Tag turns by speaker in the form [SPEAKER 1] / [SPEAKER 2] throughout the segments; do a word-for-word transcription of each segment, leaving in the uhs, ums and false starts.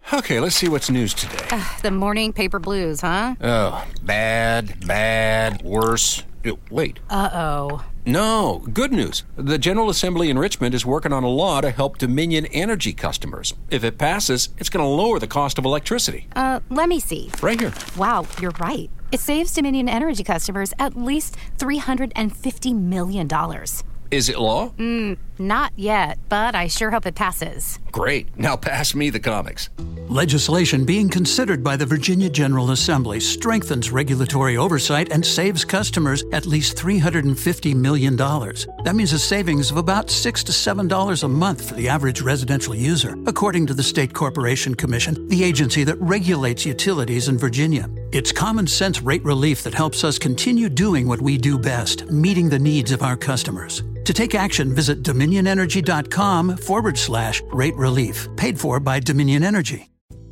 [SPEAKER 1] Okay, let's see what's news today.
[SPEAKER 2] Uh, the morning paper blues, huh?
[SPEAKER 1] Oh, bad, bad, worse. Uh, Wait.
[SPEAKER 2] Uh-oh.
[SPEAKER 1] No, good news. The General Assembly in Richmond is working on a law to help Dominion Energy customers. If it passes, it's going to lower the cost of electricity.
[SPEAKER 2] Uh, let me see.
[SPEAKER 1] Right here.
[SPEAKER 2] Wow, you're right. It saves Dominion Energy customers at least three hundred fifty million dollars.
[SPEAKER 1] Is it law?
[SPEAKER 2] Mm, not yet, but I sure hope it passes.
[SPEAKER 1] Great. Now pass me the comics.
[SPEAKER 3] Legislation being considered by the Virginia General Assembly strengthens regulatory oversight and saves customers at least three hundred fifty million dollars. That means a savings of about six to seven dollars a month for the average residential user, according to the State Corporation Commission, the agency that regulates utilities in Virginia. It's common sense rate relief that helps us continue doing what we do best, meeting the needs of our customers. To take action, visit dominionenergy.com forward slash rate relief. Paid for by Dominion Energy.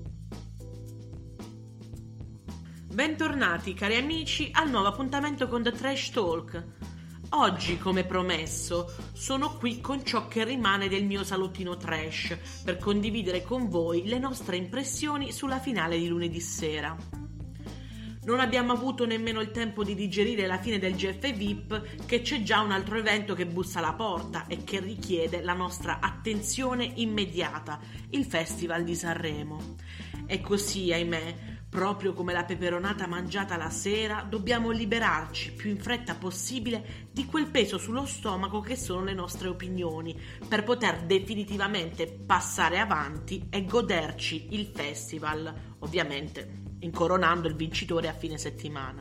[SPEAKER 4] Bentornati cari amici al nuovo appuntamento con The Trash Talk. Oggi, come promesso, sono qui con ciò che rimane del mio salottino trash per condividere con voi le nostre impressioni sulla finale di lunedì sera. Non abbiamo avuto nemmeno il tempo di digerire la fine del G F V I P, che c'è già un altro evento che bussa alla porta e che richiede la nostra attenzione immediata, il Festival di Sanremo. E così, ahimè, proprio come la peperonata mangiata la sera, dobbiamo liberarci più in fretta possibile di quel peso sullo stomaco che sono le nostre opinioni, per poter definitivamente passare avanti e goderci il festival, ovviamente incoronando il vincitore a fine settimana.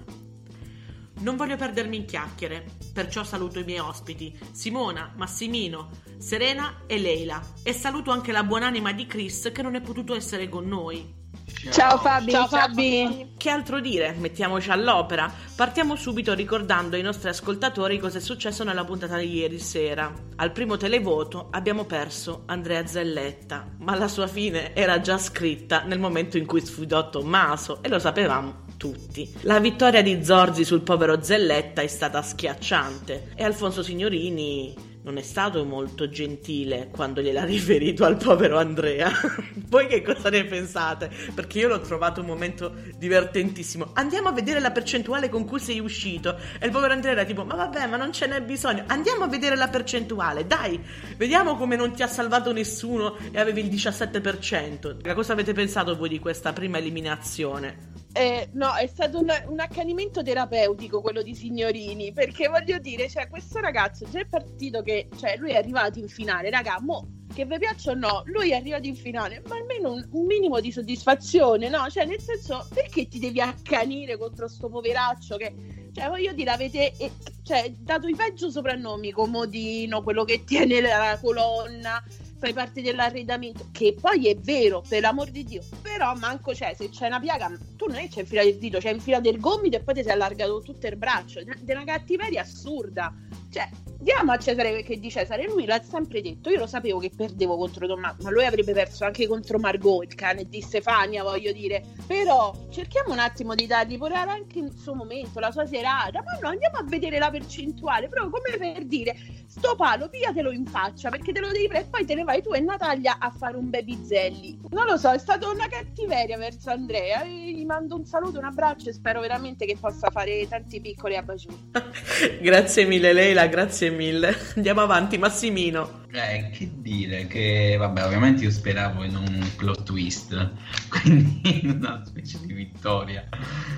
[SPEAKER 4] Non voglio perdermi in chiacchiere, perciò saluto i miei ospiti, Simona, Massimino, Serena e Leila, e saluto anche la buonanima di Chris che non è potuto essere con noi.
[SPEAKER 5] Ciao, ciao Fabi, ciao Fabi.
[SPEAKER 4] Che altro dire? Mettiamoci all'opera. Partiamo subito ricordando ai nostri ascoltatori cosa è successo nella puntata di ieri sera. Al primo televoto abbiamo perso Andrea Zelletta, ma la sua fine era già scritta nel momento in cui sfidò Tommaso e lo sapevamo tutti. La vittoria di Zorzi sul povero Zelletta è stata schiacciante e Alfonso Signorini non è stato molto gentile quando gliel'ha riferito al povero Andrea. Voi che cosa ne pensate? Perché io l'ho trovato un momento divertentissimo. Andiamo a vedere la percentuale con cui sei uscito. E il povero Andrea era tipo, ma vabbè, ma non ce n'è bisogno. Andiamo a vedere la percentuale, dai. Vediamo come non ti ha salvato nessuno e avevi il diciassette per cento. Cosa avete pensato voi di questa prima eliminazione?
[SPEAKER 5] Eh, no, è stato un, un accanimento terapeutico quello di Signorini, perché voglio dire, cioè, questo ragazzo già è partito che, cioè, lui è arrivato in finale, raga, mo, che vi piaccia o no, lui è arrivato in finale, ma almeno un, un minimo di soddisfazione, no? Cioè, nel senso, perché ti devi accanire contro sto poveraccio che, cioè, voglio dire, avete, eh, cioè, dato i peggio soprannomi, Comodino, quello che tiene la colonna, fai parte dell'arredamento, che poi è vero, per l'amor di Dio, però manco, cioè, se c'è una piaga, tu non è che c'è infilato il dito, c'è infilato il gomito e poi ti sei allargato tutto il braccio, di una cattiveria assurda. Cioè, diamo a Cesare che di Cesare, lui l'ha sempre detto, io lo sapevo che perdevo contro Tommaso, ma lui avrebbe perso anche contro Margot, il cane di Stefania, voglio dire, però cerchiamo un attimo di dargli pure anche il suo momento, la sua serata, ma no, andiamo a vedere la percentuale, proprio come per dire, sto palo, pigliatelo in faccia, perché te lo devi prendere, e poi te ne vai tu e Natalia a fare un babyzelli. Non lo so, è stata una cattiveria verso Andrea, e gli mando un saluto, un abbraccio e spero veramente che possa fare tanti piccoli abbacioni.
[SPEAKER 4] Grazie mille Leila, grazie mille. Andiamo avanti, Massimino.
[SPEAKER 6] Eh, che dire, che vabbè, ovviamente io speravo in un plot twist, quindi in una specie di vittoria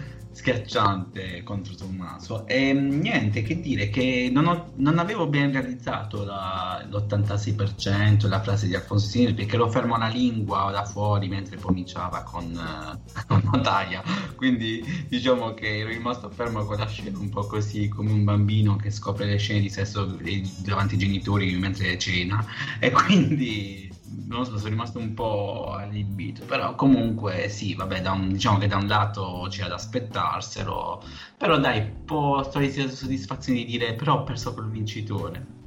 [SPEAKER 6] schiacciante contro Tommaso. E niente, che dire, che non, ho, non avevo ben realizzato la, l'ottantasei per cento la frase di Alfonso Signorini, perché lo fermo alla lingua da fuori mentre cominciava con, uh, con Natalia, quindi diciamo che ero rimasto fermo con la scena un po' così, come un bambino che scopre le scene di sesso davanti ai genitori mentre cena, e quindi non so, sono rimasto un po' allibito, però comunque sì, vabbè, da un, diciamo che da un lato c'era da aspettarselo, però dai, un po' la soddisfazione di dire, però ho perso col vincitore.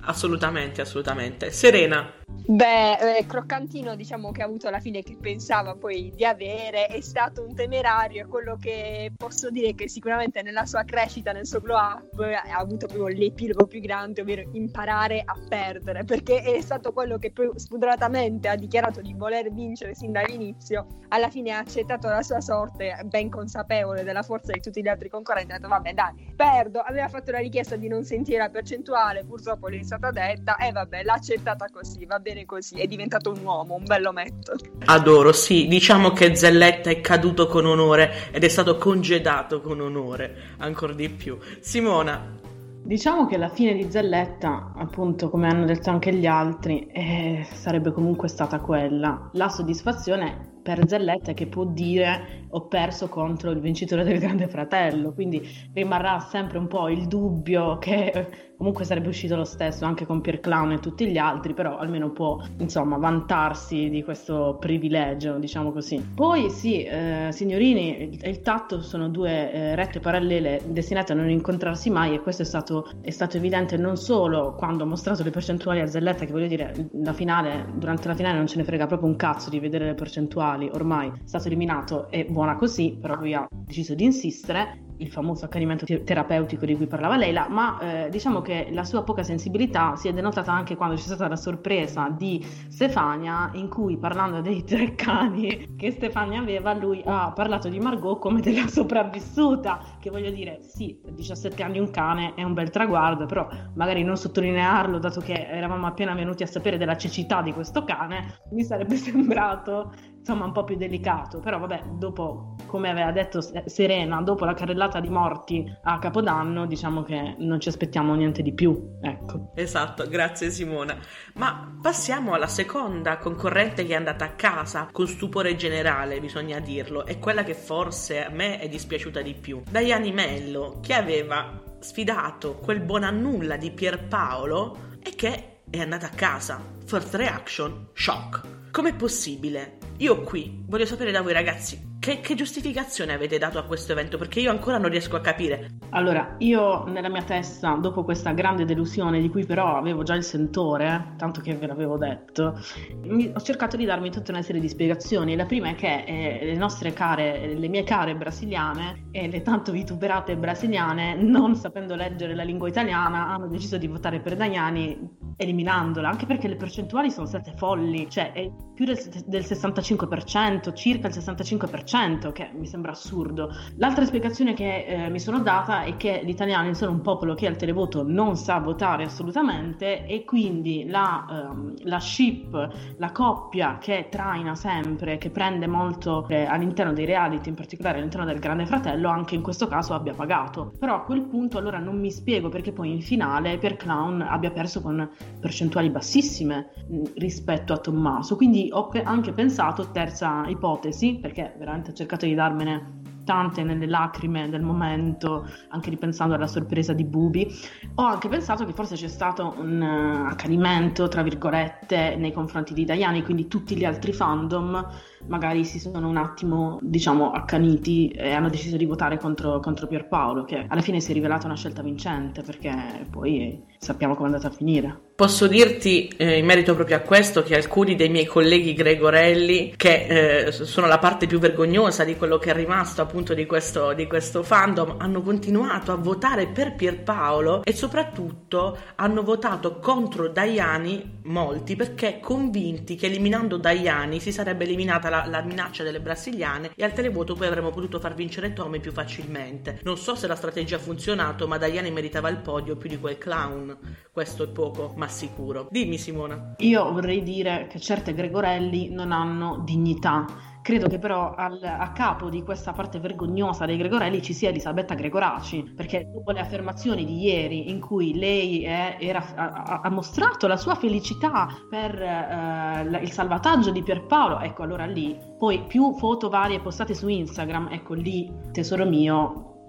[SPEAKER 4] Assolutamente, assolutamente. Serena.
[SPEAKER 7] Beh, eh, Croccantino diciamo che ha avuto la fine che pensava poi di avere, è stato un temerario, quello che posso dire che sicuramente nella sua crescita, nel suo glow up, ha avuto proprio l'epilogo più grande, ovvero imparare a perdere, perché è stato quello che poi spudoratamente ha dichiarato di voler vincere sin dall'inizio, alla fine ha accettato la sua sorte, ben consapevole della forza di tutti gli altri concorrenti, ha detto vabbè dai, perdo, aveva fatto la richiesta di non sentire la percentuale, purtroppo gli è stata detta e vabbè, l'ha accettata così, va bene così, è diventato un uomo, un bell'ometto.
[SPEAKER 4] Adoro, sì, diciamo che Zelletta è caduto con onore ed è stato congedato con onore, ancora di più. Simona.
[SPEAKER 8] Diciamo che la fine di Zelletta, appunto, come hanno detto anche gli altri, eh, sarebbe comunque stata quella. La soddisfazione per Zelletta è che può dire ho perso contro il vincitore del Grande Fratello, quindi rimarrà sempre un po' il dubbio che comunque sarebbe uscito lo stesso anche con Pier Clown e tutti gli altri, però almeno può insomma vantarsi di questo privilegio, diciamo così. Poi sì, eh, signorini e il, il tatto sono due eh, rette parallele destinate a non incontrarsi mai, e questo è stato, è stato evidente non solo quando ha mostrato le percentuali a Zelletta, che voglio dire la finale, durante la finale non ce ne frega proprio un cazzo di vedere le percentuali, ormai è stato eliminato, è buona così, però lui ha deciso di insistere, il famoso accanimento terapeutico di cui parlava Leila, ma eh, diciamo che la sua poca sensibilità si è denotata anche quando c'è stata la sorpresa di Stefania, in cui, parlando dei tre cani che Stefania aveva, lui ha parlato di Margot come della sopravvissuta, che voglio dire, sì, a diciassette anni un cane è un bel traguardo, però magari non sottolinearlo, dato che eravamo appena venuti a sapere della cecità di questo cane, mi sarebbe sembrato insomma un po' più delicato. Però vabbè, dopo, come aveva detto Serena, dopo la carrellata di morti a Capodanno, diciamo che non ci aspettiamo niente di più, ecco.
[SPEAKER 4] Esatto, grazie Simona. Ma passiamo alla seconda concorrente che è andata a casa con stupore generale, bisogna dirlo, è quella che forse a me è dispiaciuta di più, Daiani Mello, che aveva sfidato quel buon a nulla di Pierpaolo e che è andata a casa. First reaction, shock. Com'è possibile? Io qui voglio sapere da voi ragazzi, che, che giustificazione avete dato a questo evento? Perché io ancora non riesco a capire.
[SPEAKER 8] Allora, io nella mia testa, dopo questa grande delusione, di cui però avevo già il sentore, tanto che ve l'avevo detto, mi, ho cercato di darmi tutta una serie di spiegazioni. La prima è che eh, le nostre care, le mie care brasiliane e le tanto vituperate brasiliane, non sapendo leggere la lingua italiana, hanno deciso di votare per Daiani eliminandola, anche perché le percentuali sono state folli, cioè è più del, del sessantacinque per cento, circa il sessantacinque per cento, che mi sembra assurdo. L'altra spiegazione che eh, mi sono data è che gli italiani sono un popolo che al televoto non sa votare assolutamente, e quindi la, ehm, la ship, la coppia che traina sempre, che prende molto eh, all'interno dei reality, in particolare all'interno del Grande Fratello, anche in questo caso abbia pagato. Però a quel punto allora non mi spiego perché poi in finale Pier Clown abbia perso con percentuali bassissime mh, rispetto a Tommaso. Quindi ho pe- anche pensato, terza ipotesi, perché veramente ho cercato di darmene tante nelle lacrime del momento, anche ripensando alla sorpresa di Bubi, ho anche pensato che forse c'è stato un uh, accanimento tra virgolette nei confronti di Daiani, quindi tutti gli altri fandom magari si sono un attimo, diciamo, accaniti e hanno deciso di votare contro, contro Pierpaolo, che alla fine si è rivelata una scelta vincente, perché poi sappiamo come è andata a finire.
[SPEAKER 4] Posso dirti eh, in merito proprio a questo che alcuni dei miei colleghi Gregorelli, che eh, sono la parte più vergognosa di quello che è rimasto appunto di questo, di questo fandom, hanno continuato a votare per Pierpaolo e soprattutto hanno votato contro Daiani, molti, perché convinti che eliminando Daiani si sarebbe eliminata la, la minaccia delle brasiliane e al televoto poi avremmo potuto far vincere Tommy più facilmente. Non so se la strategia ha funzionato, ma Daiani meritava il podio più di quel clown, questo è poco ma sicuro. Dimmi Simona.
[SPEAKER 8] Io vorrei dire che certe Gregorelli non hanno dignità. Credo che però al, a capo di questa parte vergognosa dei Gregorelli ci sia Elisabetta Gregoraci, perché dopo le affermazioni di ieri in cui lei è, era, ha, ha mostrato la sua felicità per eh, il salvataggio di Pierpaolo, ecco allora lì, poi più foto varie postate su Instagram, ecco lì tesoro mio,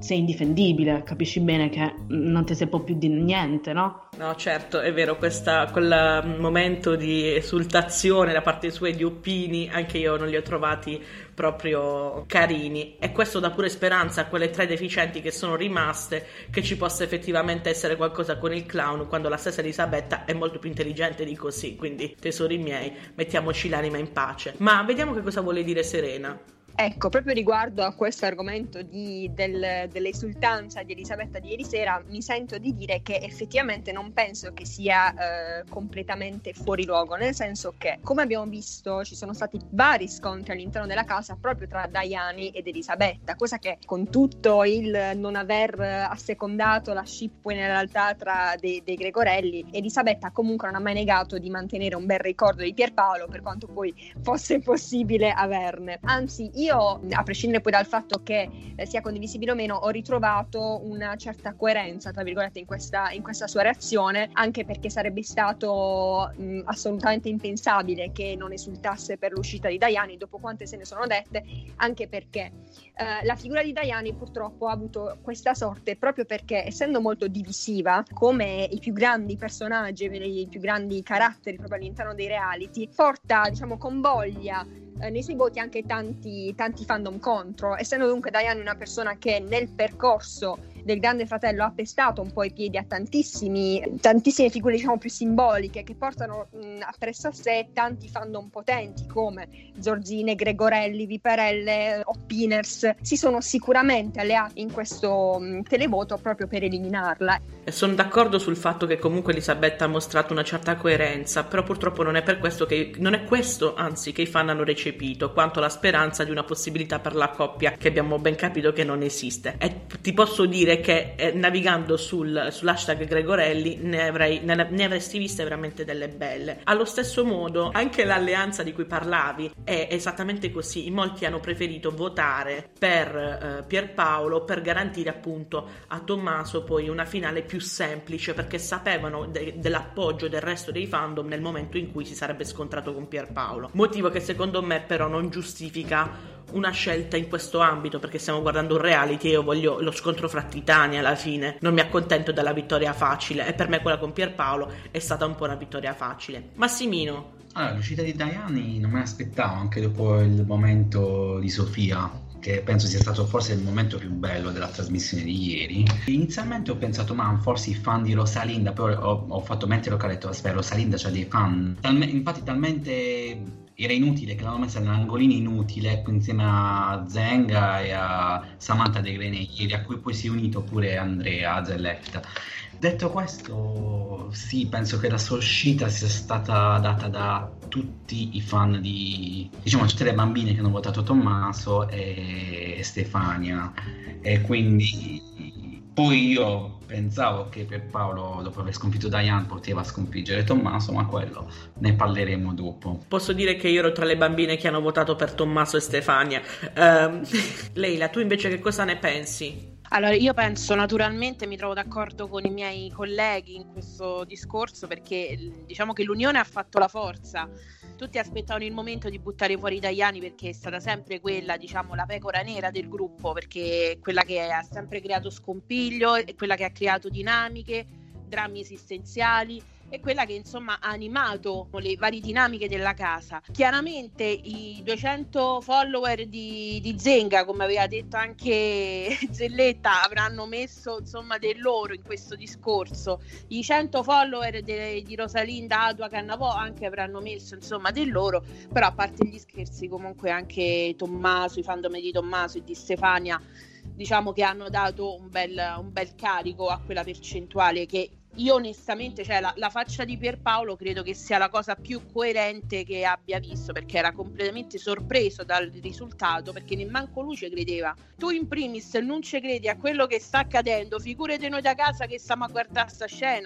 [SPEAKER 8] sei indifendibile, capisci bene che non ti si può più dire niente, no?
[SPEAKER 4] No, certo, è vero, questa, quel momento di esultazione da parte sua e di Oppini, anche io non li ho trovati proprio carini, e questo dà pure speranza a quelle tre deficienti che sono rimaste, che ci possa effettivamente essere qualcosa con il clown, quando la stessa Elisabetta è molto più intelligente di così. Quindi, tesori miei, mettiamoci l'anima in pace. Ma vediamo che cosa vuole dire Serena.
[SPEAKER 7] Ecco, proprio riguardo a questo argomento di, del, dell'esultanza di Elisabetta di ieri sera, mi sento di dire che effettivamente non penso che sia eh, completamente fuori luogo, nel senso che, come abbiamo visto, ci sono stati vari scontri all'interno della casa proprio tra Diane ed Elisabetta, cosa che, con tutto il non aver assecondato la ship poi in realtà tra dei, dei Gregorelli, Elisabetta comunque non ha mai negato di mantenere un bel ricordo di Pierpaolo, per quanto poi fosse possibile averne. Anzi, io, a prescindere poi dal fatto che eh, sia condivisibile o meno, ho ritrovato una certa coerenza, tra virgolette, in questa, in questa sua reazione, anche perché sarebbe stato mh, assolutamente impensabile che non esultasse per l'uscita di Diane, dopo quante se ne sono dette, anche perché eh, la figura di Diane purtroppo ha avuto questa sorte proprio perché, essendo molto divisiva, come i più grandi personaggi, i più grandi caratteri proprio all'interno dei reality, porta, diciamo, convoglia eh, nei suoi voti anche tanti, tanti fandom contro, essendo dunque Diane una persona che nel percorso del Grande Fratello ha pestato un po' i piedi a tantissimi tantissime figure, diciamo, più simboliche, che portano mh, appresso a sé tanti fandom potenti come Zorzine, Gregorelli, Viperelle, Oppiners. Si sono sicuramente alleati in questo mh, televoto proprio per eliminarla.
[SPEAKER 4] E sono d'accordo sul fatto che comunque Elisabetta ha mostrato una certa coerenza, però purtroppo non è per questo che non è questo, anzi, che i fan hanno recepito, quanto la speranza di una possibilità per la coppia che abbiamo ben capito che non esiste. E ti posso dire che eh, navigando sul, sull'hashtag Gregorelli ne, avrei, ne, ne avresti viste veramente delle belle. Allo stesso modo anche l'alleanza di cui parlavi è esattamente così. In molti hanno preferito votare per eh, Pierpaolo per garantire appunto a Tommaso poi una finale più semplice, perché sapevano de- dell'appoggio del resto dei fandom nel momento in cui si sarebbe scontrato con Pierpaolo, motivo che secondo me però non giustifica una scelta in questo ambito, perché stiamo guardando un reality e io voglio lo scontro fra titani alla fine, non mi accontento della vittoria facile, e per me quella con Pierpaolo è stata un po' una vittoria facile. Massimino?
[SPEAKER 6] Allora, l'uscita di Diane non me l'aspettavo, anche dopo il momento di Sofia, che penso sia stato forse il momento più bello della trasmissione di ieri. Inizialmente ho pensato, ma forse i fan di Rosalinda, poi ho, ho fatto mettere ho detto, aspetta, Rosalinda c'ha dei fan, Talme- infatti talmente era inutile che l'hanno messa nell'angolino inutile insieme a Zenga e a Samantha De Grenadieri, a cui poi si è unito pure Andrea Zelletta. Detto questo, sì, penso che la sua uscita sia stata data da tutti i fan di, diciamo, tutte le bambine che hanno votato Tommaso e Stefania, e quindi poi io pensavo che Pierpaolo, dopo aver sconfitto Diane, poteva sconfiggere Tommaso, ma quello ne parleremo dopo.
[SPEAKER 4] Posso dire che io ero tra le bambine che hanno votato per Tommaso e Stefania. Um, Leila, tu invece che cosa ne pensi?
[SPEAKER 5] Allora, io penso, naturalmente mi trovo d'accordo con i miei colleghi in questo discorso, perché diciamo che l'unione ha fatto la forza. Tutti aspettavano il momento di buttare fuori Diane, perché è stata sempre quella, diciamo, la pecora nera del gruppo, perché è quella che ha sempre creato scompiglio, è quella che ha creato dinamiche, drammi esistenziali, è quella che insomma ha animato le varie dinamiche della casa. Chiaramente i duecento follower di, di Zenga, come aveva detto anche Zelletta, avranno messo insomma del loro in questo discorso. I cento follower de, di Rosalinda, Adua, Cannavò anche avranno messo insomma del loro, però a parte gli scherzi comunque anche Tommaso, i fandom di Tommaso e di Stefania, diciamo che hanno dato un bel, un bel carico a quella percentuale che io onestamente, cioè la, la faccia di Pierpaolo credo che sia la cosa più coerente che abbia visto, perché era completamente sorpreso dal risultato, perché nemmanco lui ci credeva. Tu in primis non ci credi a quello che sta accadendo, figurate noi da casa che stiamo a guardare sta scena.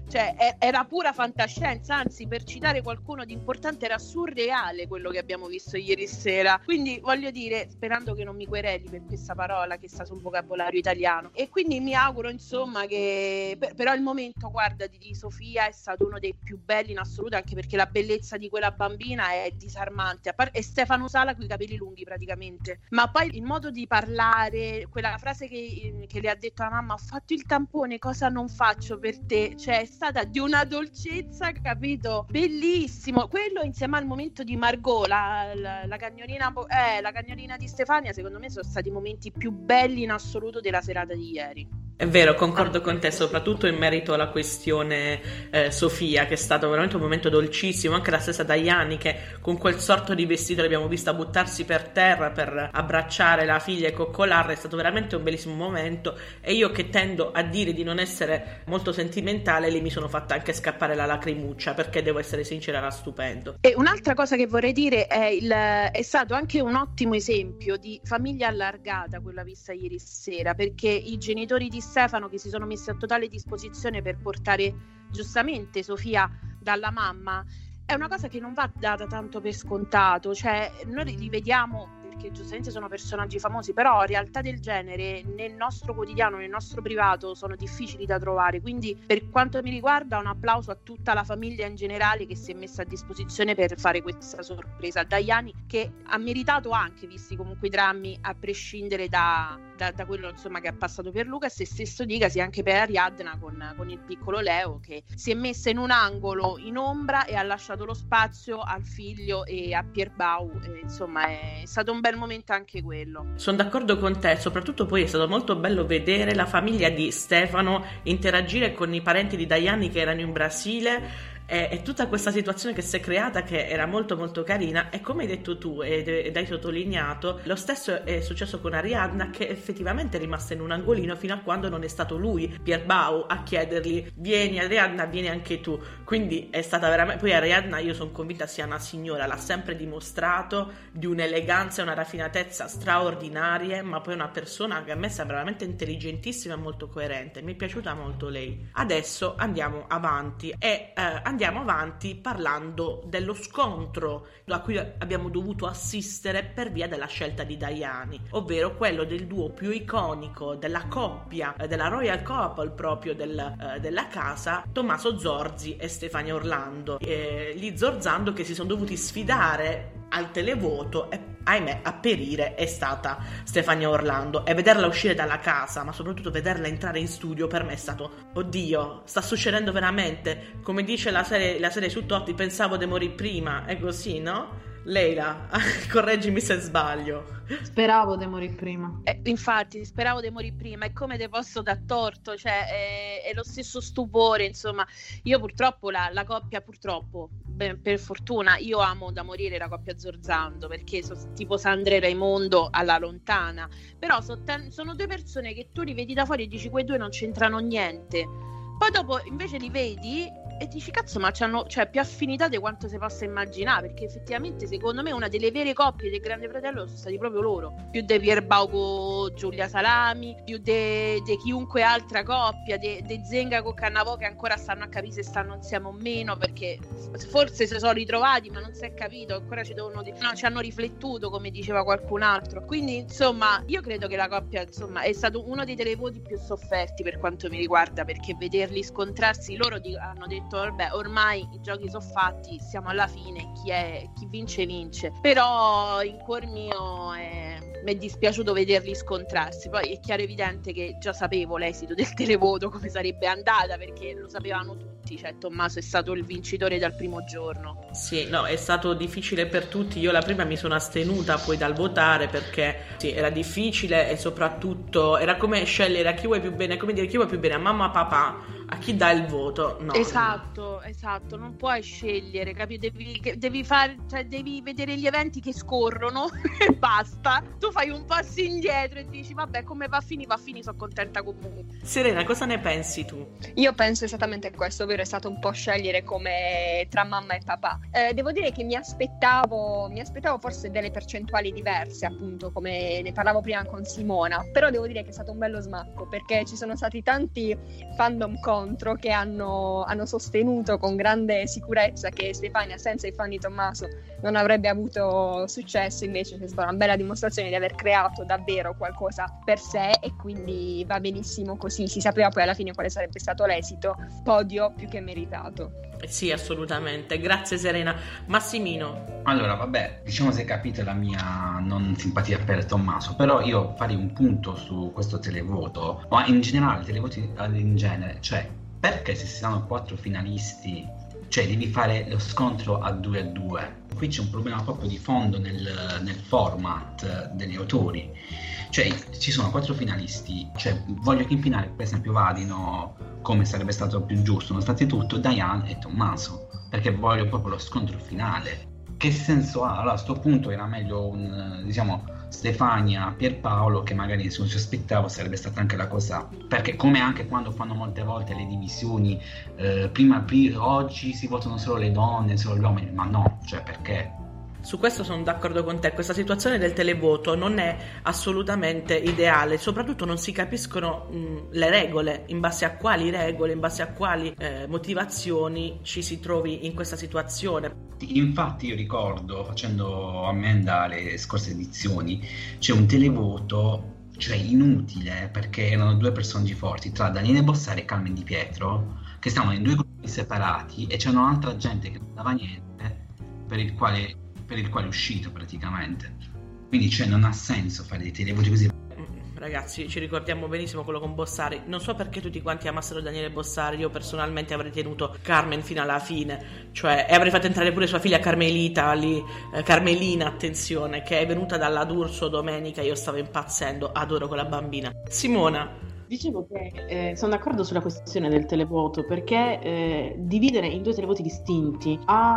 [SPEAKER 5] cioè è, era pura fantascienza, anzi per citare qualcuno di importante era surreale quello che abbiamo visto ieri sera, quindi voglio dire, sperando che non mi quereli per questa parola che sta sul vocabolario italiano, e quindi mi auguro insomma che per, però il momento, guarda, di, di Sofia è stato uno dei più belli in assoluto, anche perché la bellezza di quella bambina è disarmante, a par- è Stefano Sala con i capelli lunghi praticamente, ma poi il modo di parlare, quella frase che, che le ha detto la mamma, ho fatto il tampone, cosa non faccio per te, cioè è stata di una dolcezza, capito, bellissimo, quello insieme al momento di Margot, la, la, la cagnolina eh, la cagnolina di Stefania, secondo me sono stati i momenti più belli in assoluto della serata di ieri.
[SPEAKER 4] È vero, concordo con te, soprattutto in merito alla questione eh, Sofia, che è stato veramente un momento dolcissimo, anche la stessa Dajani che con quel sorto di vestito l'abbiamo vista buttarsi per terra per abbracciare la figlia e coccolarla, è stato veramente un bellissimo momento, e io che tendo a dire di non essere molto sentimentale, lì mi sono fatta anche scappare la lacrimuccia, perché devo essere sincera, era stupendo.
[SPEAKER 5] E un'altra cosa che vorrei dire è, il, è stato anche un ottimo esempio di famiglia allargata quella vista ieri sera, perché i genitori di Stefano che si sono messi a totale disposizione per portare giustamente Sofia dalla mamma è una cosa che non va data tanto per scontato, cioè noi li vediamo perché giustamente sono personaggi famosi, però realtà del genere nel nostro quotidiano, nel nostro privato sono difficili da trovare, quindi per quanto mi riguarda un applauso a tutta la famiglia in generale che si è messa a disposizione per fare questa sorpresa a Dajani, che ha meritato anche, visti comunque i drammi, a prescindere da, da, da quello insomma che ha passato per Lucas, e stesso dicasi anche per Ariadna con, con il piccolo Leo, che si è messa in un angolo in ombra e ha lasciato lo spazio al figlio e a Pierbau, e, insomma è stato un bel momento anche quello.
[SPEAKER 4] Sono d'accordo con te, soprattutto poi è stato molto bello vedere la famiglia di Stefano interagire con i parenti di Dajani che erano in Brasile, e, e tutta questa situazione che si è creata, che era molto molto carina, e come hai detto tu ed, ed hai sottolineato, lo stesso è successo con Ariadna, che effettivamente è rimasta in un angolino fino a quando non è stato lui, Pierbau, a chiedergli vieni Ariadna, vieni anche tu, quindi è stata veramente, poi Ariadna io sono convinta sia una signora, l'ha sempre dimostrato, di un'eleganza e una raffinatezza straordinarie, ma poi una persona che a me sembra veramente intelligentissima e molto coerente, mi è piaciuta molto lei. Adesso andiamo avanti e eh, andiamo avanti parlando dello scontro a cui abbiamo dovuto assistere per via della scelta di Dajani, ovvero quello del duo più iconico della coppia, eh, della Royal Couple proprio del, eh, della casa, Tommaso Zorzi e Stefania Orlando, eh, gli Zorzando che si sono dovuti sfidare al televoto e ahimè a perire è stata Stefania Orlando, e vederla uscire dalla casa, ma soprattutto vederla entrare in studio, per me è stato oddio, sta succedendo veramente, come dice la serie, la serie su Totti, pensavo di morire prima, è così, no? Leila, correggimi se sbaglio.
[SPEAKER 8] Speravo di morire prima.
[SPEAKER 5] Eh, infatti, speravo di morire prima. E come te posso dar torto? Cioè, è, è lo stesso stupore, insomma. Io purtroppo la, la coppia, purtroppo, beh, per fortuna, io amo da morire la coppia Zorzando, perché sono tipo Sandra e Raimondo alla lontana. Però so, sono due persone che tu li vedi da fuori e dici quei due non c'entrano niente. Poi dopo invece li vedi e dici cazzo, ma c'hanno, cioè, più affinità di quanto si possa immaginare, perché effettivamente secondo me una delle vere coppie del Grande Fratello sono stati proprio loro, più di Pierbau con Giulia Salami, più di chiunque altra coppia, di Zenga con Cannavò, che ancora stanno a capire se stanno insieme o meno, perché forse si sono ritrovati ma non si è capito, ancora ci devono no, ci hanno riflettuto, come diceva qualcun altro. Quindi insomma io credo che la coppia insomma è stato uno dei televoti più sofferti per quanto mi riguarda, perché vederli scontrarsi, loro di, hanno detto vabbè, ormai i giochi sono fatti, siamo alla fine, chi è chi vince vince, però in cuor mio è, mi è dispiaciuto vederli scontrarsi. Poi è chiaro evidente che già sapevo l'esito del televoto come sarebbe andata, perché lo sapevano tutti, cioè Tommaso è stato il vincitore dal primo giorno.
[SPEAKER 4] Sì, no, è stato difficile per tutti, io la prima mi sono astenuta poi dal votare, perché sì, era difficile e soprattutto era come scegliere a chi vuoi più bene, come dire chi vuoi più bene, a mamma, a papà, a chi dà il voto, no.
[SPEAKER 5] Esatto, esatto, non puoi scegliere, capi? Devi, devi fare, cioè devi vedere gli eventi che scorrono e basta. Tu fai un passo indietro e dici vabbè, come va a finire, va a finire, sono contenta comunque.
[SPEAKER 4] Serena, cosa ne pensi tu?
[SPEAKER 7] Io penso esattamente questo, ovvero è stato un po' scegliere come tra mamma e papà. Eh, devo dire che mi aspettavo, mi aspettavo forse delle percentuali diverse, appunto, come ne parlavo prima con Simona, però devo dire che è stato un bello smacco, perché ci sono stati tanti fandom con scontro che hanno, hanno sostenuto con grande sicurezza che Stefania senza i fan di Tommaso non avrebbe avuto successo, invece c'è stata una bella dimostrazione di aver creato davvero qualcosa per sé e quindi va benissimo così. Si sapeva poi alla fine quale sarebbe stato l'esito, podio più che meritato.
[SPEAKER 4] Sì, assolutamente, grazie Serena. Massimino.
[SPEAKER 6] Allora, vabbè, diciamo si è capita la mia non simpatia per Tommaso, però io farei un punto su questo televoto, ma in generale, televoti in genere, cioè, perché se si danno quattro finalisti, cioè devi fare lo scontro a due a due? Qui c'è un problema proprio di fondo nel, nel format degli autori, cioè ci sono quattro finalisti, cioè voglio che in finale per esempio vadino, come sarebbe stato più giusto, innanzitutto Diane e Tommaso, perché voglio proprio lo scontro finale. Che senso ha? Allora a sto punto era meglio un, diciamo, Stefania, Pierpaolo, che magari se non ci aspettavo sarebbe stata anche la cosa, perché come anche quando fanno molte volte le divisioni, eh, prima, prima oggi si votano solo le donne, solo gli uomini, ma no, cioè perché?
[SPEAKER 4] Su questo sono d'accordo con te, questa situazione del televoto non è assolutamente ideale, soprattutto non si capiscono mh, le regole, in base a quali regole, in base a quali eh, motivazioni ci si trovi in questa situazione.
[SPEAKER 6] Infatti io ricordo, facendo ammenda alle scorse edizioni, c'è un televoto, cioè inutile, perché erano due personaggi forti, tra Daniele Bossari e Carmen Di Pietro, che stavano in due gruppi separati e c'era un'altra gente che non dava niente, per il quale... per il quale è uscito praticamente, quindi cioè non ha senso fare dei televoti così.
[SPEAKER 4] Ragazzi, ci ricordiamo benissimo quello con Bossari, non so perché tutti quanti amassero Daniele Bossari, io personalmente avrei tenuto Carmen fino alla fine, cioè, e avrei fatto entrare pure sua figlia Carmelita lì, eh, Carmelina, attenzione, che è venuta dalla D'Urso domenica, io stavo impazzendo, adoro quella bambina. Simona.
[SPEAKER 8] Dicevo che eh, sono d'accordo sulla questione del televoto, perché eh, dividere in due televoti distinti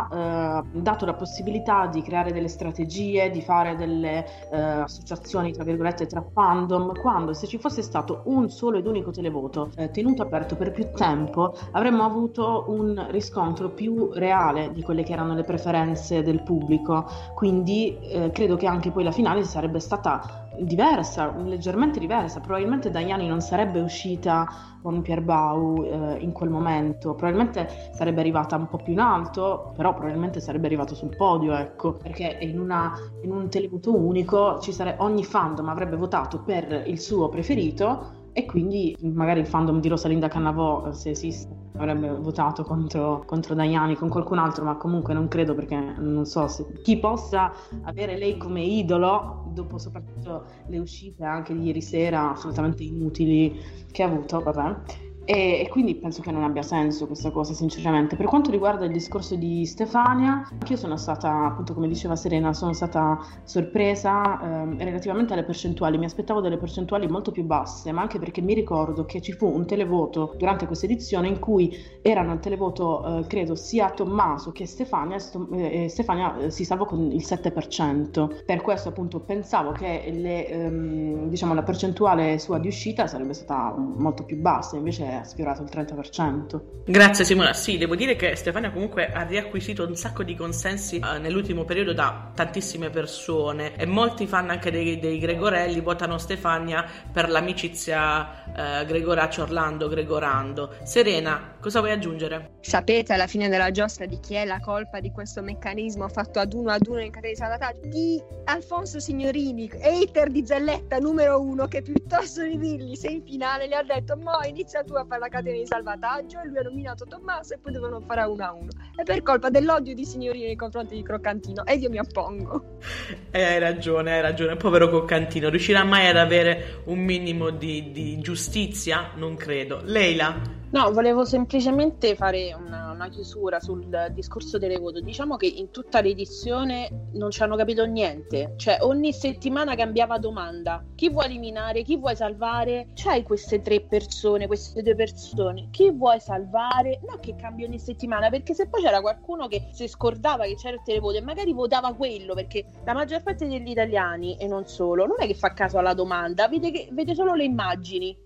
[SPEAKER 8] ha eh, dato la possibilità di creare delle strategie, di fare delle eh, associazioni tra virgolette tra fandom, quando se ci fosse stato un solo ed unico televoto eh, tenuto aperto per più tempo avremmo avuto un riscontro più reale di quelle che erano le preferenze del pubblico, quindi eh, credo che anche poi la finale sarebbe stata diversa, leggermente diversa. Probabilmente Daiani non sarebbe uscita con Pierbau eh, in quel momento, probabilmente sarebbe arrivata un po' più in alto, però probabilmente sarebbe arrivato sul podio, ecco, perché in, una, in un televoto unico ci sare- ogni fandom avrebbe votato per il suo preferito e quindi magari il fandom di Rosalinda Cannavò, se esiste, avrebbe votato contro, contro Daiani con qualcun altro, ma comunque non credo, perché non so se chi possa avere lei come idolo dopo soprattutto le uscite anche di ieri sera assolutamente inutili che ha avuto, vabbè. E, e quindi penso che non abbia senso questa cosa, sinceramente. Per quanto riguarda il discorso di Stefania, anch'io sono stata, appunto come diceva Serena, sono stata sorpresa ehm, relativamente alle percentuali. Mi aspettavo delle percentuali molto più basse, ma anche perché mi ricordo che ci fu un televoto durante questa edizione in cui erano al televoto eh, credo sia Tommaso che Stefania, e eh, Stefania eh, si salvò con il sette per cento. Per questo appunto pensavo che le, ehm, diciamo, la percentuale sua di uscita sarebbe stata molto più bassa, invece ha sfiorato il trenta per cento.
[SPEAKER 4] Grazie Simona. Sì, devo dire che Stefania comunque ha riacquisito un sacco di consensi eh, nell'ultimo periodo da tantissime persone, e molti fan anche dei, dei Gregorelli votano Stefania per l'amicizia eh, Gregoraccio-Orlando Gregorando. Serena, cosa vuoi aggiungere?
[SPEAKER 7] Sapete alla fine della giostra di chi è la colpa di questo meccanismo fatto ad uno ad uno in catena di salvataggio? Di Alfonso Signorini, hater di Zelletta numero uno, che piuttosto di dirgli sei in finale gli ha detto mo inizia tu a fare la catena di salvataggio, e lui ha nominato Tommaso e poi dovevano fare a uno a uno. È per colpa dell'odio di Signorini nei confronti di Croccantino, ed io mi oppongo.
[SPEAKER 4] Eh, hai ragione, hai ragione, povero Croccantino, riuscirà mai ad avere un minimo di, di giustizia? Non credo. Leila?
[SPEAKER 5] No, volevo semplicemente fare una, una chiusura sul discorso televoto. Diciamo che in tutta l'edizione non ci hanno capito niente, cioè ogni settimana cambiava domanda: chi vuoi eliminare, chi vuoi salvare? C'hai queste tre persone, queste due persone, chi vuoi salvare? No, che cambia ogni settimana, perché se poi c'era qualcuno che si scordava che c'era il televoto e magari votava quello, perché la maggior parte degli italiani, e non solo, non è che fa caso alla domanda, vede, che, vede solo le immagini.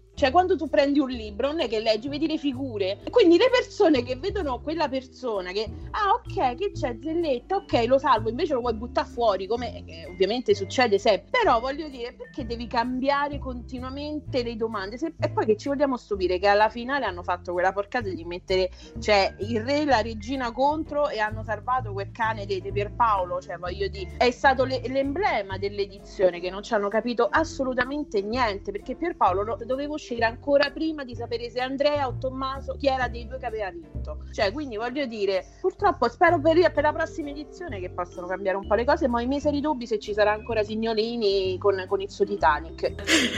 [SPEAKER 5] Cioè, quando tu prendi un libro, non è che leggi, vedi le figure. E quindi le persone che vedono quella persona che, ah, ok, che c'è Zelletta, ok, lo salvo, invece lo vuoi buttare fuori, come eh, ovviamente succede sempre. Però voglio dire, perché devi cambiare continuamente le domande? Se, e poi che ci vogliamo stupire che alla finale hanno fatto quella porcata di mettere, cioè, il re e la regina contro e hanno salvato quel cane di Pierpaolo. Cioè, voglio dire, è stato le, l'emblema dell'edizione, che non ci hanno capito assolutamente niente, perché Pierpaolo lo, doveva uscire ancora prima di sapere se Andrea o Tommaso chi era dei due che aveva vinto. Cioè, quindi voglio dire, purtroppo spero per, per la prossima edizione che possano cambiare un po' le cose, ma ho i miei seri dubbi se ci sarà ancora Signolini con, con il suo Titanic.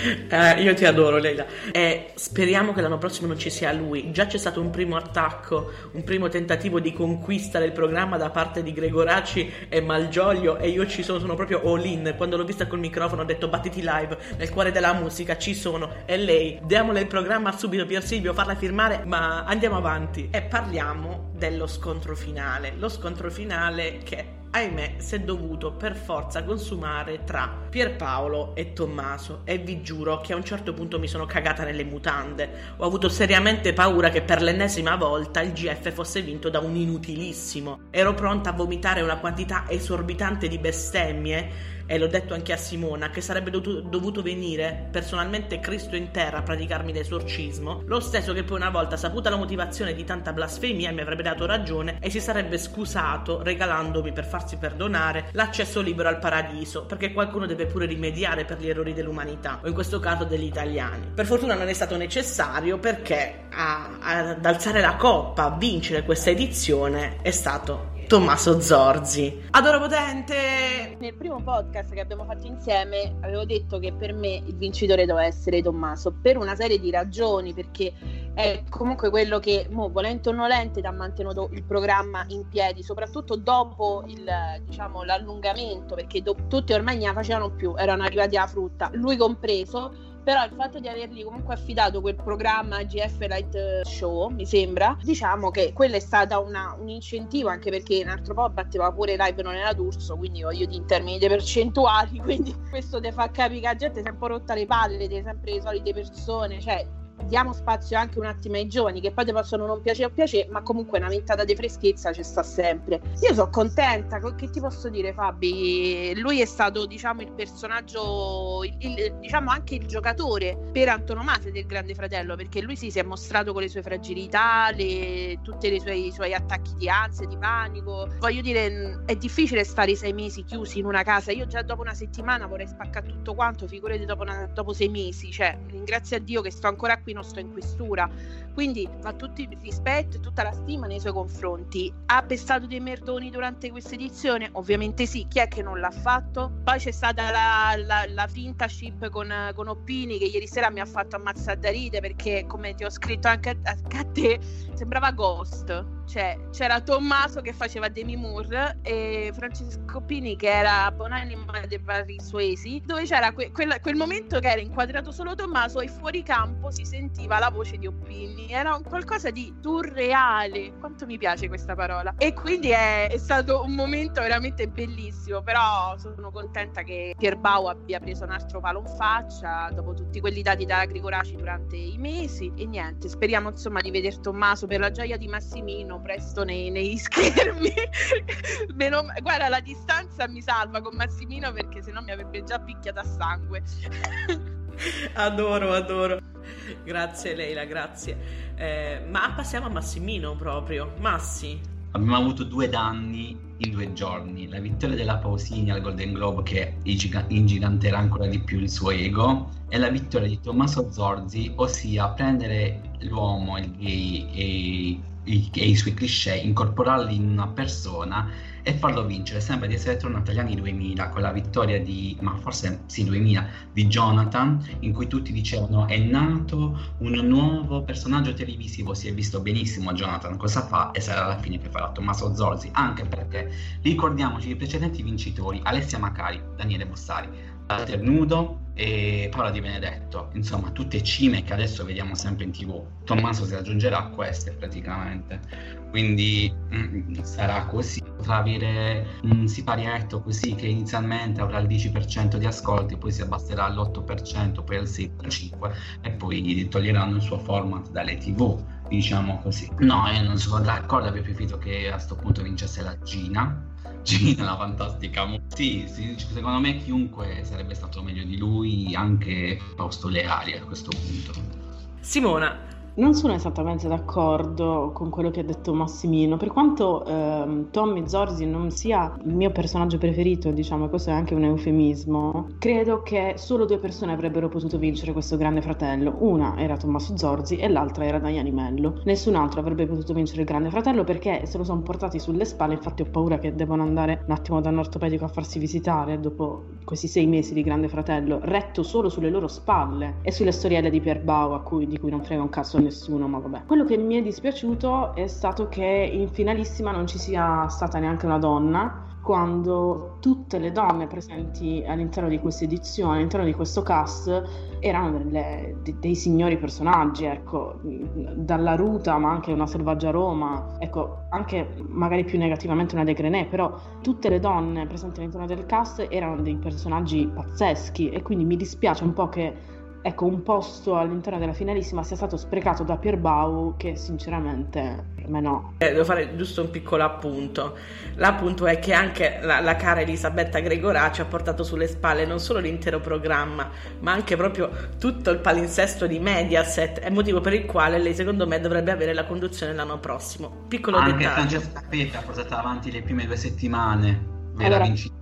[SPEAKER 4] Eh, io ti adoro, Leila, e speriamo che l'anno prossimo non ci sia lui. Già c'è stato un primo attacco, un primo tentativo di conquista del programma da parte di Gregoracci e Malgioglio, e io ci sono, sono proprio all in. Quando l'ho vista col microfono ho detto battiti live, nel cuore della musica ci sono, e lei, diamole il programma subito Pier Silvio, farla firmare, ma andiamo avanti e parliamo dello scontro finale. Lo scontro finale che, ahimè, si è dovuto per forza consumare tra Pierpaolo e Tommaso, e vi giuro che a un certo punto mi sono cagata nelle mutande. Ho avuto seriamente paura che per l'ennesima volta il G F fosse vinto da un inutilissimo. Ero pronta a vomitare una quantità esorbitante di bestemmie, e l'ho detto anche a Simona, che sarebbe dovuto, dovuto venire personalmente Cristo in terra a praticarmi l'esorcismo, lo stesso che poi, una volta saputa la motivazione di tanta blasfemia, mi avrebbe dato ragione e si sarebbe scusato regalandomi, per farsi perdonare, l'accesso libero al paradiso, perché qualcuno deve pure rimediare per gli errori dell'umanità, o in questo caso degli italiani. Per fortuna non è stato necessario, perché a, a, ad alzare la coppa, a vincere questa edizione, è stato Tommaso Zorzi. Adoro potente!
[SPEAKER 5] Nel primo podcast che abbiamo fatto insieme avevo detto che per me il vincitore doveva essere Tommaso, per una serie di ragioni, perché è comunque quello che, mo, volente o nolente, ha mantenuto il programma in piedi, soprattutto dopo il, diciamo, l'allungamento, perché do- tutti ormai ne facevano più, erano arrivati alla frutta, lui compreso. Però il fatto di avergli comunque affidato quel programma G F Light Show, mi sembra, diciamo che quello è stata una, un incentivo, anche perché un altro po' batteva pure Live non era d'Urso, quindi voglio dire in termini di percentuali, quindi questo ti fa capire che la gente si è un po' rotta le palle, di sempre le solite persone, cioè diamo spazio anche un attimo ai giovani, che poi ti possono non piacere o piacere, ma comunque una ventata di freschezza ci sta sempre. Io sono contenta, che ti posso dire, Fabi? Lui è stato, diciamo, il personaggio, il, il, diciamo anche il giocatore per antonomasia del Grande Fratello, perché lui sì, si è mostrato con le sue fragilità, le, tutti i suoi, i suoi attacchi di ansia, di panico. Voglio dire, è difficile stare sei mesi chiusi in una casa. Io già dopo una settimana vorrei spaccare tutto quanto, figurati dopo, una, dopo sei mesi. Cioè, ringrazio a Dio che sto ancora qui, non sto in questura, quindi va tutto il rispetto e tutta la stima nei suoi confronti. Ha pestato dei merdoni durante questa edizione? Ovviamente sì, chi è che non l'ha fatto? Poi c'è stata la, la, la finta ship con, con Oppini, che ieri sera mi ha fatto ammazzare da ride, perché come ti ho scritto anche a, a te, sembrava Ghost. Cioè, c'era Tommaso che faceva Demi Moore e Francesco Oppini che era buonanima dei vari Suesi, dove c'era que- quel, quel momento che era inquadrato solo Tommaso e fuori campo si sentiva la voce di Oppini. Era un qualcosa di surreale, quanto mi piace questa parola, e quindi è, è stato un momento veramente bellissimo. Però sono contenta che Pierbau abbia preso un altro palo in faccia dopo tutti quelli dati da Gregoracci durante i mesi, e niente, speriamo insomma di vedere Tommaso, per la gioia di Massimino, presto nei, negli schermi. Meno, guarda, la distanza mi salva con Massimino, perché sennò mi avrebbe già picchiato a sangue.
[SPEAKER 4] Adoro, adoro. Grazie Leila, grazie. Eh, ma passiamo a Massimino proprio. Massi.
[SPEAKER 6] Abbiamo avuto due danni in due giorni: la vittoria della Pausini al Golden Globe, che ingiganterà ancora di più il suo ego, e la vittoria di Tommaso Zorzi, ossia prendere l'uomo, il gay e i, e i suoi cliché, incorporarli in una persona e farlo vincere. Sembra di essere tornato agli anni duemila con la vittoria di, ma forse sì, duemila, di Jonathan, in cui tutti dicevano è nato un nuovo personaggio televisivo. Si è visto benissimo Jonathan cosa fa, e sarà alla fine che farà Tommaso Zorzi, anche perché ricordiamoci i precedenti vincitori: Alessia Macari, Daniele Bossari, Walter Nudo e Paola Di Benedetto. Insomma, tutte cime che adesso vediamo sempre in tv. Tommaso si aggiungerà a queste praticamente, quindi mm, sarà così. potrà avere un siparietto così che inizialmente avrà il dieci per cento di ascolti, poi si abbasserà all'otto per cento, poi al sei per cento e poi gli toglieranno il suo format dalle tv, diciamo così. No, io non sono d'accordo, avrei preferito che a sto punto vincesse la Gina. Gina, la fantastica. Sì, sì, secondo me chiunque sarebbe stato meglio di lui, anche Fausto Leali a questo punto.
[SPEAKER 4] Simona.
[SPEAKER 8] Non sono esattamente d'accordo con quello che ha detto Massimino, per quanto ehm, Tommy Zorzi non sia il mio personaggio preferito, diciamo, questo è anche un eufemismo, credo che solo due persone avrebbero potuto vincere questo Grande Fratello. Una era Tommaso Zorzi e l'altra era Daiani Mello. Nessun altro avrebbe potuto vincere il Grande Fratello perché se lo sono portati sulle spalle. Infatti ho paura che devono andare un attimo da un ortopedico a farsi visitare dopo questi sei mesi di Grande Fratello, retto solo sulle loro spalle e sulle storielle di Pierbau, a cui, di cui non frega un cazzo nessuno, ma vabbè. Quello che mi è dispiaciuto è stato che in finalissima non ci sia stata neanche una donna, quando tutte le donne presenti all'interno di questa edizione, all'interno di questo cast, erano delle, de, dei signori personaggi, ecco, dalla Ruta, ma anche una Selvaggia Roma, ecco, anche magari più negativamente una De Grenet, però tutte le donne presenti all'interno del cast erano dei personaggi pazzeschi e quindi mi dispiace un po' che, ecco, un posto all'interno della finalissima sia stato sprecato da Pierbau, che sinceramente per me no.
[SPEAKER 4] Eh, devo fare giusto un piccolo appunto. L'appunto è che anche la, la cara Elisabetta Gregoraci ha portato sulle spalle non solo l'intero programma, ma anche proprio tutto il palinsesto di Mediaset, è motivo per il quale lei secondo me dovrebbe avere la conduzione l'anno prossimo. Piccolo
[SPEAKER 6] anche
[SPEAKER 4] dettaglio.
[SPEAKER 6] Anche Francesca Pepe ha portato avanti le prime due settimane, vera
[SPEAKER 8] allora,
[SPEAKER 6] vincitrice.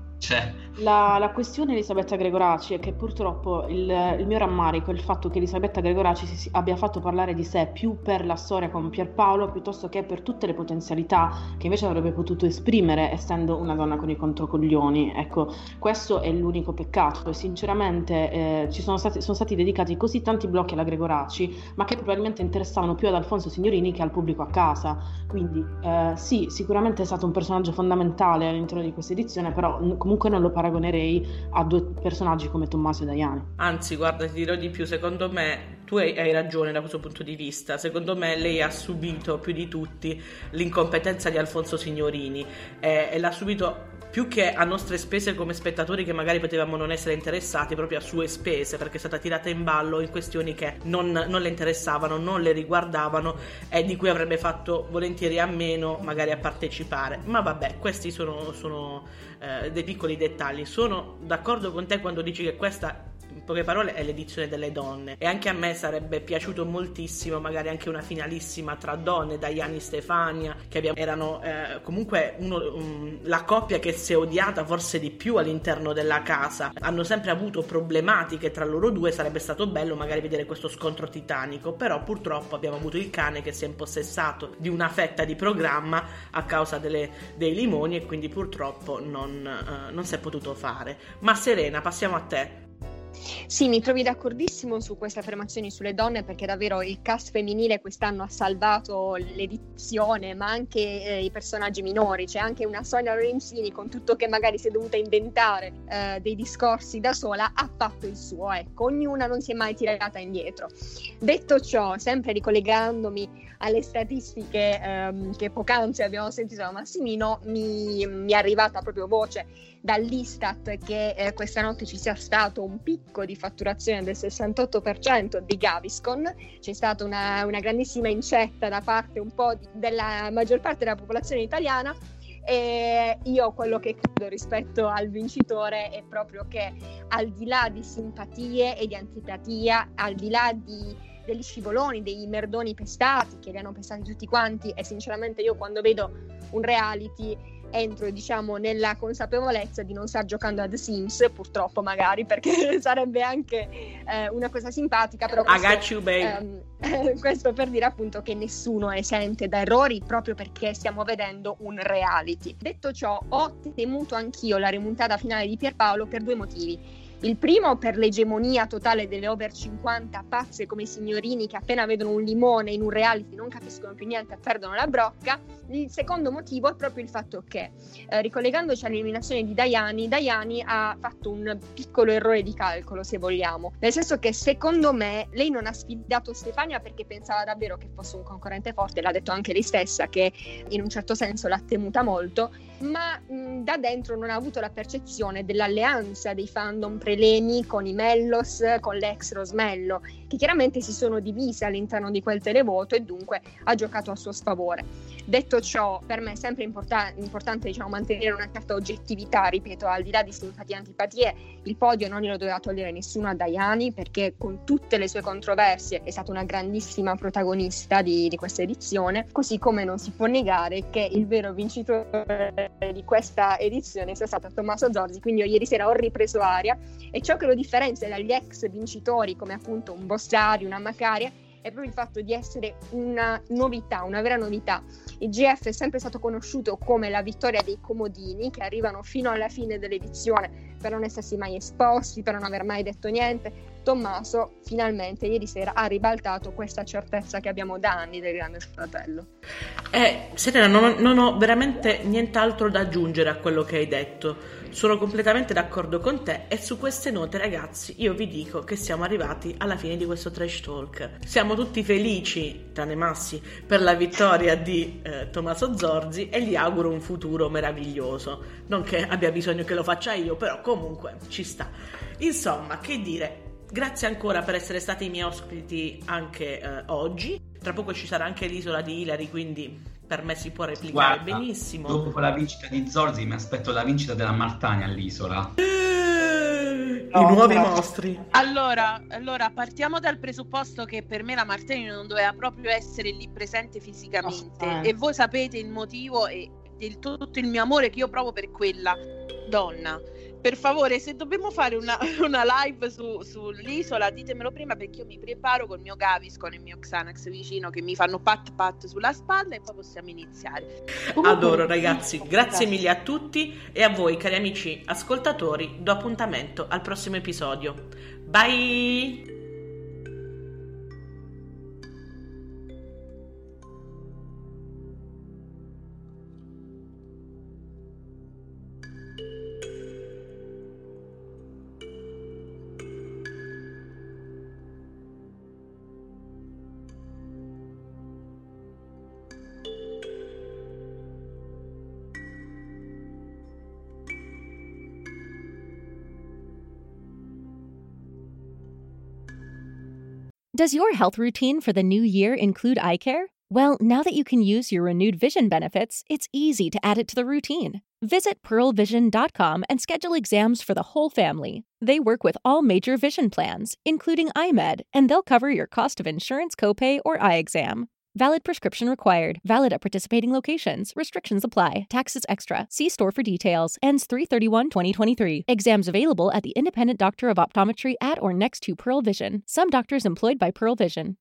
[SPEAKER 8] La, la questione Elisabetta Gregoraci è che purtroppo il, il mio rammarico è il fatto che Elisabetta Gregoraci si, si abbia fatto parlare di sé più per la storia con Pierpaolo piuttosto che per tutte le potenzialità che invece avrebbe potuto esprimere essendo una donna con i controcoglioni. Ecco, questo è l'unico peccato e sinceramente eh, ci sono stati, sono stati dedicati così tanti blocchi alla Gregoraci, ma che probabilmente interessavano più ad Alfonso Signorini che al pubblico a casa. Quindi eh, sì, sicuramente è stato un personaggio fondamentale all'interno di questa edizione, però n- comunque non lo paragonerei a due personaggi come Tommaso e Daiani.
[SPEAKER 4] Anzi, guarda, ti dirò di più, secondo me tu hai, hai ragione da questo punto di vista. Secondo me lei ha subito più di tutti l'incompetenza di Alfonso Signorini eh, e l'ha subito più che a nostre spese come spettatori che magari potevamo non essere interessati, proprio a sue spese, perché è stata tirata in ballo in questioni che non, non le interessavano, non le riguardavano e di cui avrebbe fatto volentieri a meno magari a partecipare. Ma vabbè, questi sono, sono eh, dei piccoli dettagli. Sono d'accordo con te quando dici che questa, in poche parole, è l'edizione delle donne e anche a me sarebbe piaciuto moltissimo magari anche una finalissima tra donne, Daiani Stefania, che abbiamo, erano eh, comunque uno, um, la coppia che si è odiata forse di più all'interno della casa, hanno sempre avuto problematiche tra loro due, sarebbe stato bello magari vedere questo scontro titanico, però purtroppo abbiamo avuto il cane che si è impossessato di una fetta di programma a causa delle, dei limoni e quindi purtroppo non, uh, non si è potuto fare. Ma Serena, passiamo a te.
[SPEAKER 7] Sì, mi trovi d'accordissimo su queste affermazioni sulle donne, perché davvero il cast femminile quest'anno ha salvato l'edizione, ma anche eh, i personaggi minori. C'è anche una Sonia Lorenzini, con tutto che magari si è dovuta inventare eh, dei discorsi da sola, ha fatto il suo, ecco, ognuna non si è mai tirata indietro. Detto ciò, sempre ricollegandomi alle statistiche ehm, che poc'anzi abbiamo sentito da Massimino, mi, mi è arrivata proprio voce dall'Istat che eh, questa notte ci sia stato un picco di fatturazione del sessantotto per cento di Gaviscon. C'è stata una, una grandissima incetta da parte un po' di, della maggior parte della popolazione italiana, e io quello che credo rispetto al vincitore è proprio che, al di là di simpatie e di antipatia, al di là di degli scivoloni, dei merdoni pestati che li hanno pestati tutti quanti, e sinceramente io quando vedo un reality entro, diciamo, nella consapevolezza di non star giocando a The Sims, purtroppo magari, perché sarebbe anche eh, una cosa simpatica, però questo,
[SPEAKER 4] I got you, babe.
[SPEAKER 7] Ehm, questo per dire appunto che nessuno è esente da errori, proprio perché stiamo vedendo un reality. Detto ciò, ho temuto anch'io la remontata finale di Pierpaolo per due motivi. Il primo, per l'egemonia totale delle over cinquanta pazze come Signorini, che appena vedono un limone in un reality non capiscono più niente e perdono la brocca. Il secondo motivo è proprio il fatto che, eh, ricollegandoci all'eliminazione di Daiani, Daiani ha fatto un piccolo errore di calcolo, se vogliamo, nel senso che secondo me lei non ha sfidato Stefania perché pensava davvero che fosse un concorrente forte, l'ha detto anche lei stessa che in un certo senso l'ha temuta molto, ma mh, da dentro non ha avuto la percezione dell'alleanza dei fandom prelemi con i Mellos, con l'ex Rosmello, che chiaramente si sono divise all'interno di quel televoto e dunque ha giocato a suo sfavore. Detto ciò, per me è sempre importa- importante diciamo, mantenere una certa oggettività, ripeto, al di là di simpatie e antipatie, il podio non glielo doveva togliere nessuno a Dayani, perché con tutte le sue controversie è stata una grandissima protagonista di, di questa edizione, così come non si può negare che il vero vincitore di questa edizione sia stato Tommaso Zorzi. Quindi io ieri sera ho ripreso aria, e ciò che lo differenzia dagli ex vincitori come appunto un Bossari, una Macaria, è proprio il fatto di essere una novità, una vera novità. Il G F è sempre stato conosciuto come la vittoria dei comodini, che arrivano fino alla fine dell'edizione per non essersi mai esposti, per non aver mai detto niente. Tommaso finalmente ieri sera ha ribaltato questa certezza che abbiamo da anni del Grande Fratello.
[SPEAKER 4] Eh, Serena, non, non ho veramente nient'altro da aggiungere a quello che hai detto. Sono completamente d'accordo con te, e su queste note, ragazzi, io vi dico che siamo arrivati alla fine di questo trash talk. Siamo tutti felici, tranne Massi, per la vittoria di eh, Tommaso Zorzi, e gli auguro un futuro meraviglioso. Non che abbia bisogno che lo faccia io, però comunque ci sta. Insomma, che dire, grazie ancora per essere stati i miei ospiti anche eh, oggi. Tra poco ci sarà anche l'isola di Ilari, quindi per me si può replicare. Guarda, benissimo.
[SPEAKER 6] Dopo la vincita di Zorzi mi aspetto la vincita della Martani all'isola.
[SPEAKER 4] Eh, no, I nuovi no. mostri.
[SPEAKER 5] Allora, allora, partiamo dal presupposto che per me la Martani non doveva proprio essere lì presente fisicamente. Oh, e voi sapete il motivo e il, tutto il mio amore che io provo per quella donna. Per favore, se dobbiamo fare una, una live su, sull'isola, ditemelo prima, perché io mi preparo col mio Gaviscon e il mio Xanax vicino che mi fanno pat pat sulla spalla, e poi possiamo iniziare.
[SPEAKER 4] Comunque, adoro, ragazzi, grazie mille a tutti, e a voi cari amici ascoltatori do appuntamento al prossimo episodio. Bye!
[SPEAKER 9] Does your health routine for the new year include eye care? Well, now that you can use your renewed vision benefits, it's easy to add it to the routine. Visit pearl vision dot com and schedule exams for the whole family. They work with all major vision plans, including iMed, and they'll cover your cost of insurance copay or eye exam. Valid prescription required. Valid at participating locations. Restrictions apply. Taxes extra. See store for details. Ends three thirty-one twenty twenty-three. Exams available at the independent doctor of optometry at or next to Pearl Vision. Some doctors employed by Pearl Vision.